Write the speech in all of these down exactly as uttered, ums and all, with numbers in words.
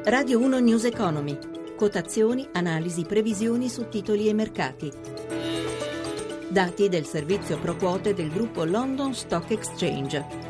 Radio uno News Economy. Quotazioni, analisi, previsioni su titoli e mercati. Dati del servizio pro quote del gruppo London Stock Exchange.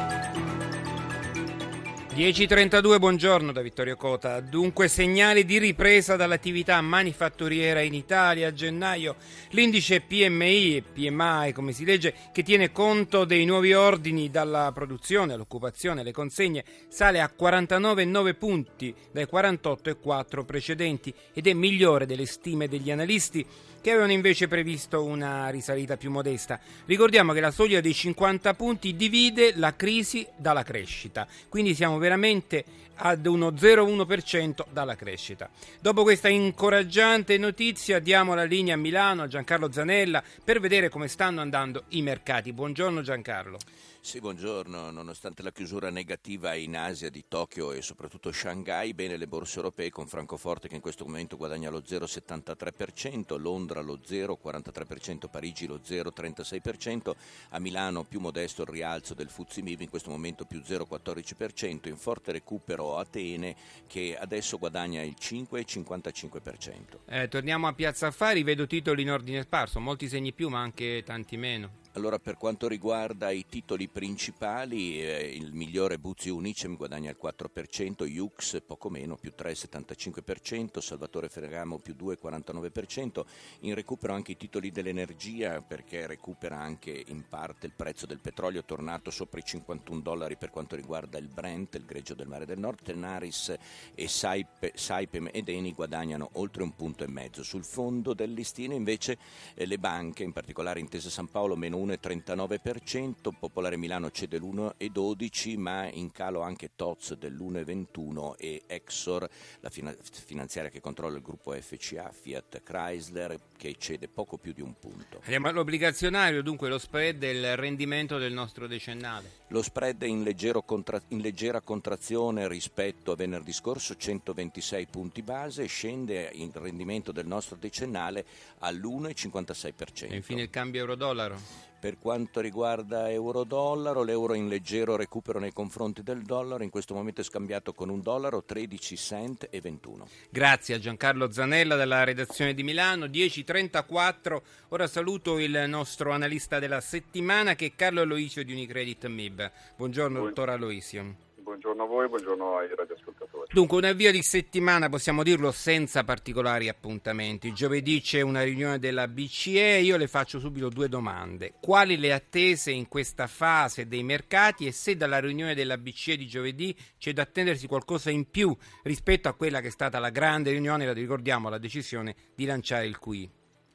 dieci e trentadue, buongiorno da Vittorio Cota. Dunque segnali di ripresa dall'attività manifatturiera in Italia a gennaio. L'indice P M I, P M I come si legge, che tiene conto dei nuovi ordini dalla produzione all'occupazione alle consegne, sale a quarantanove virgola nove punti dai quarantotto virgola quattro precedenti ed è migliore delle stime degli analisti, che avevano invece previsto una risalita più modesta. Ricordiamo che la soglia dei cinquanta punti divide la crisi dalla crescita, quindi siamo veramente ad uno zero virgola uno per cento dalla crescita. Dopo questa incoraggiante notizia diamo la linea a Milano a Giancarlo Zanella per vedere come stanno andando i mercati. Buongiorno Giancarlo. Sì, buongiorno. Nonostante la chiusura negativa in Asia di Tokyo e soprattutto Shanghai, bene le borse europee, con Francoforte che in questo momento guadagna lo zero virgola settantatré per cento, Londra lo zero virgola quarantatré per cento, Parigi lo zero virgola trentasei per cento, a Milano più modesto il rialzo del F T S E MIB, in questo momento più zero virgola quattordici per cento, in forte recupero Atene che adesso guadagna il cinque virgola cinquantacinque per cento. Eh, torniamo a Piazza Affari, vedo titoli in ordine sparso, molti segni più ma anche tanti meno. Allora, per quanto riguarda i titoli principali, eh, il migliore Buzzi Unicem guadagna il quattro per cento, Yux poco meno, più tre virgola settantacinque per cento, Salvatore Ferragamo più due virgola quarantanove per cento, in recupero anche i titoli dell'energia perché recupera anche in parte il prezzo del petrolio, tornato sopra i cinquantuno dollari per quanto riguarda il Brent, il greggio del Mare del Nord. Tenaris e Saip, Saipem ed Eni guadagnano oltre un punto e mezzo. Sul fondo del listino invece eh, le banche, in particolare Intesa San Paolo meno uno virgola trentanove per cento, Popolare Milano cede l'uno virgola dodici per cento, ma in calo anche T O Z dell'uno virgola ventuno per cento e Exor, la fina- finanziaria che controlla il gruppo F C A, Fiat Chrysler, che cede poco più di un punto. Andiamo all'obbligazionario, dunque lo spread del rendimento del nostro decennale. Lo spread è in, leggero contra- in leggera contrazione rispetto a venerdì scorso, centoventisei punti base, scende il rendimento del nostro decennale all'uno virgola cinquantasei per cento. E infine il cambio euro-dollaro. Per quanto riguarda euro-dollaro, l'euro in leggero recupero nei confronti del dollaro, in questo momento è scambiato con un dollaro tredici cent e ventuno. Grazie a Giancarlo Zanella dalla redazione di Milano. dieci e trentaquattro, ora saluto il nostro analista della settimana che è Carlo Aloisio di Unicredit M I B. Buongiorno dottor Aloisio. Buongiorno a voi, buongiorno ai radioascoltatori. Dunque, un avvio di settimana, possiamo dirlo, senza particolari appuntamenti. Giovedì c'è una riunione della B C E, io le faccio subito due domande. Quali le attese in questa fase dei mercati e se dalla riunione della B C E di giovedì c'è da attendersi qualcosa in più rispetto a quella che è stata la grande riunione, la ricordiamo, la decisione di lanciare il Q I?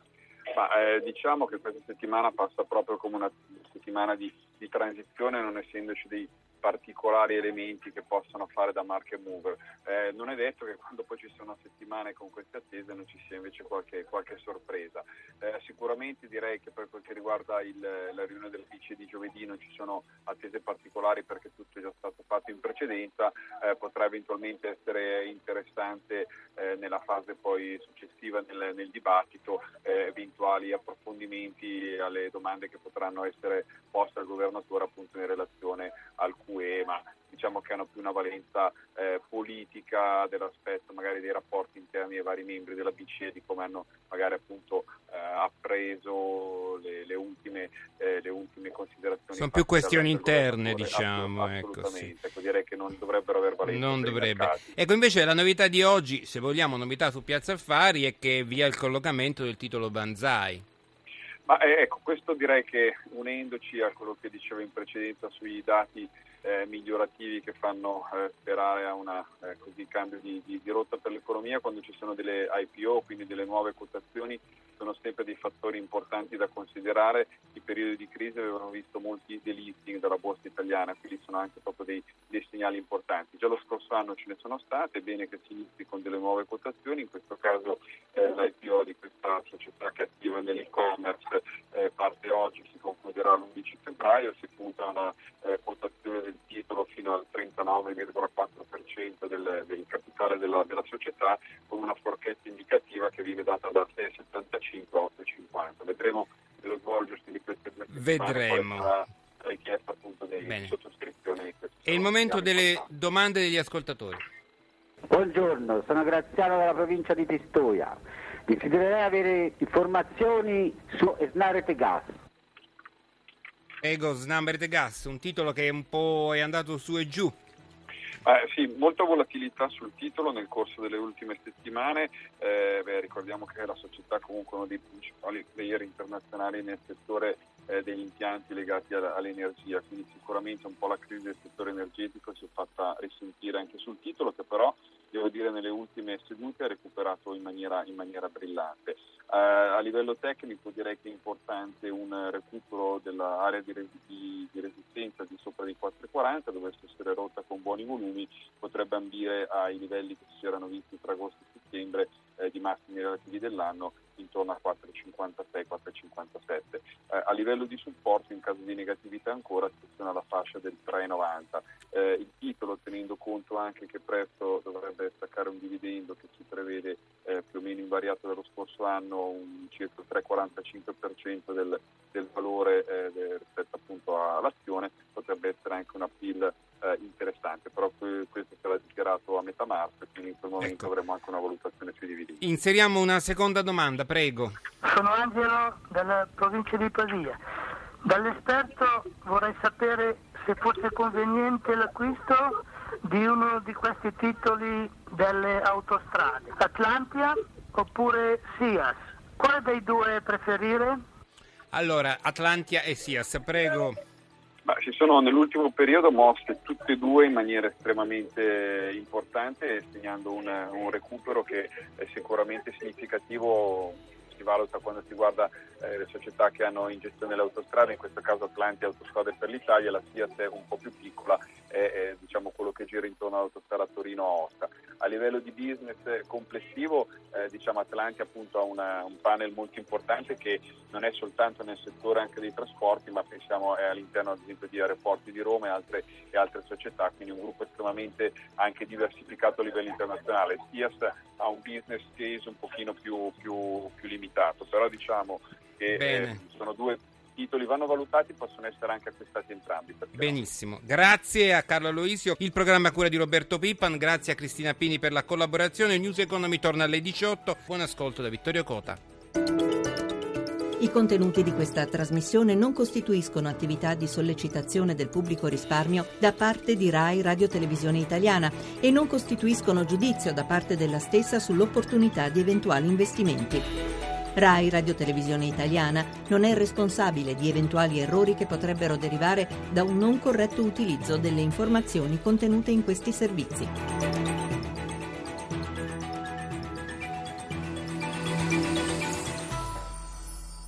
Ma, eh, diciamo che questa settimana passa proprio come una settimana di, di transizione, non essendoci dei particolari elementi che possano fare da market mover. Eh, non è detto che quando poi ci sono settimane con queste attese non ci sia invece qualche, qualche sorpresa. Eh, sicuramente direi che per quel che riguarda il, la riunione del B C E di giovedì non ci sono attese particolari perché tutto è già stato fatto in precedenza, eh, potrà eventualmente essere interessante eh, nella fase poi successiva nel, nel dibattito eh, eventuali approfondimenti alle domande che potranno essere poste al governatore appunto in relazione al Q E, ma diciamo che hanno più una valenza eh, politica dell'aspetto magari dei rapporti interni ai vari membri della B C E, di come hanno magari appunto eh, appreso le, le ultime eh, le ultime considerazioni. Sono più questioni interne, diciamo. Assolutamente, ecco, sì. ecco, direi che non dovrebbero aver valenza. Non dovrebbe. Ecco, invece la novità di oggi, se vogliamo novità su Piazza Affari, è che via il collocamento del titolo Banzai. Ma eh, ecco, questo direi che unendoci a quello che dicevo in precedenza sui dati eh, migliorativi che fanno eh, sperare a una eh, così cambio di, di, di rotta per l'economia, quando ci sono delle I P O, quindi delle nuove quotazioni, sono sempre dei fattori importanti da considerare. I periodi di crisi avevano visto molti delisting dalla borsa italiana, quindi sono anche proprio dei, dei segnali importanti. Già lo scorso anno ce ne sono state, è bene che si inizi con delle nuove quotazioni, in questo caso eh, l'I P O di questa società che attiva nell'e-commerce eh, parte oggi, si concluderà l'undici febbraio, si punta a una eh, quotazione del titolo fino al trentanove virgola quattro per cento del, del capitale della, della società, con una forchetta indicativa che viene data da sei virgola settantacinque a otto virgola cinquanta. Vedremo nello svolgersi di queste due settimane. Vedremo. La richiesta appunto di Bene. sottoscrizione di questo. È il momento delle domande degli ascoltatori. Buongiorno, sono Graziano dalla provincia di Pistoia. Desidererei avere informazioni su Snam Gas. Prego, Snam Gas, un titolo che è un po' è andato su e giù. Eh, sì, molta volatilità sul titolo nel corso delle ultime settimane. Eh, beh, ricordiamo che la società è comunque uno dei principali player internazionali nel settore eh, degli impianti legati alla, all'energia, quindi sicuramente un po' la crisi del settore energetico si è fatta risentire anche sul titolo, che però devo dire nelle ultime sedute ha recuperato in maniera, in maniera brillante. Eh, a livello tecnico direi che è importante un recupero dell'area di, res- di, di resistenza di sopra di quattro virgola quaranta, dovesse essere rotta con buoni volumi, potrebbe ambire ai livelli che si erano visti tra agosto e settembre eh, di massimi relativi dell'anno, intorno a quattro virgola cinquantasei quattro virgola cinquantasette. Eh, a livello di supporto, in caso di negatività ancora, attenzione alla fascia del tre virgola novanta. Eh, il titolo, tenendo conto anche che presto dovrebbe staccare un dividendo che si prevede eh, più o meno invariato dallo scorso anno, un circa il tre virgola quarantacinque per cento del, del valore eh, de, rispetto appunto all'azione, potrebbe essere anche un appeal eh, interessante, però que- questo sarà dichiarato a metà marzo, quindi in quel momento ecco. avremo anche una valutazione sui dividendi. Inseriamo una seconda domanda, prego. Sono Angelo dalla provincia di Pavia. Dall'esperto vorrei sapere se fosse conveniente l'acquisto di uno di questi titoli delle autostrade, Atlantia oppure SIAS. Quale dei due preferire? Allora, Atlantia e SIAS, prego. Ma si sono nell'ultimo periodo mosse tutte e due in maniera estremamente importante, segnando un, un recupero che è sicuramente significativo. Si valuta quando si guarda eh, le società che hanno in gestione le autostrade, in questo caso Atlantia Autostrade per l'Italia, la SIAS è un po' più piccola, è, è diciamo quello che gira intorno all'autostrada Torino-Aosta. A livello di business complessivo, eh, diciamo Atlantia appunto ha una, un panel molto importante che non è soltanto nel settore anche dei trasporti, ma pensiamo è all'interno ad esempio di Aeroporti di Roma e altre, e altre società, quindi un gruppo estremamente anche diversificato a livello internazionale. SIAS ha un business case un pochino più, più, più limitato, però diciamo che eh, sono due titoli, vanno valutati, possono essere anche acquistati entrambi. Benissimo, grazie a Carlo Aloisio, il programma a cura di Roberto Pippan, grazie a Cristina Pini per la collaborazione. News Economy torna alle diciotto, buon ascolto da Vittorio Cota. I contenuti di questa trasmissione non costituiscono attività di sollecitazione del pubblico risparmio da parte di Rai Radio Televisione Italiana e non costituiscono giudizio da parte della stessa sull'opportunità di eventuali investimenti. Rai Radio Televisione Italiana non è responsabile di eventuali errori che potrebbero derivare da un non corretto utilizzo delle informazioni contenute in questi servizi.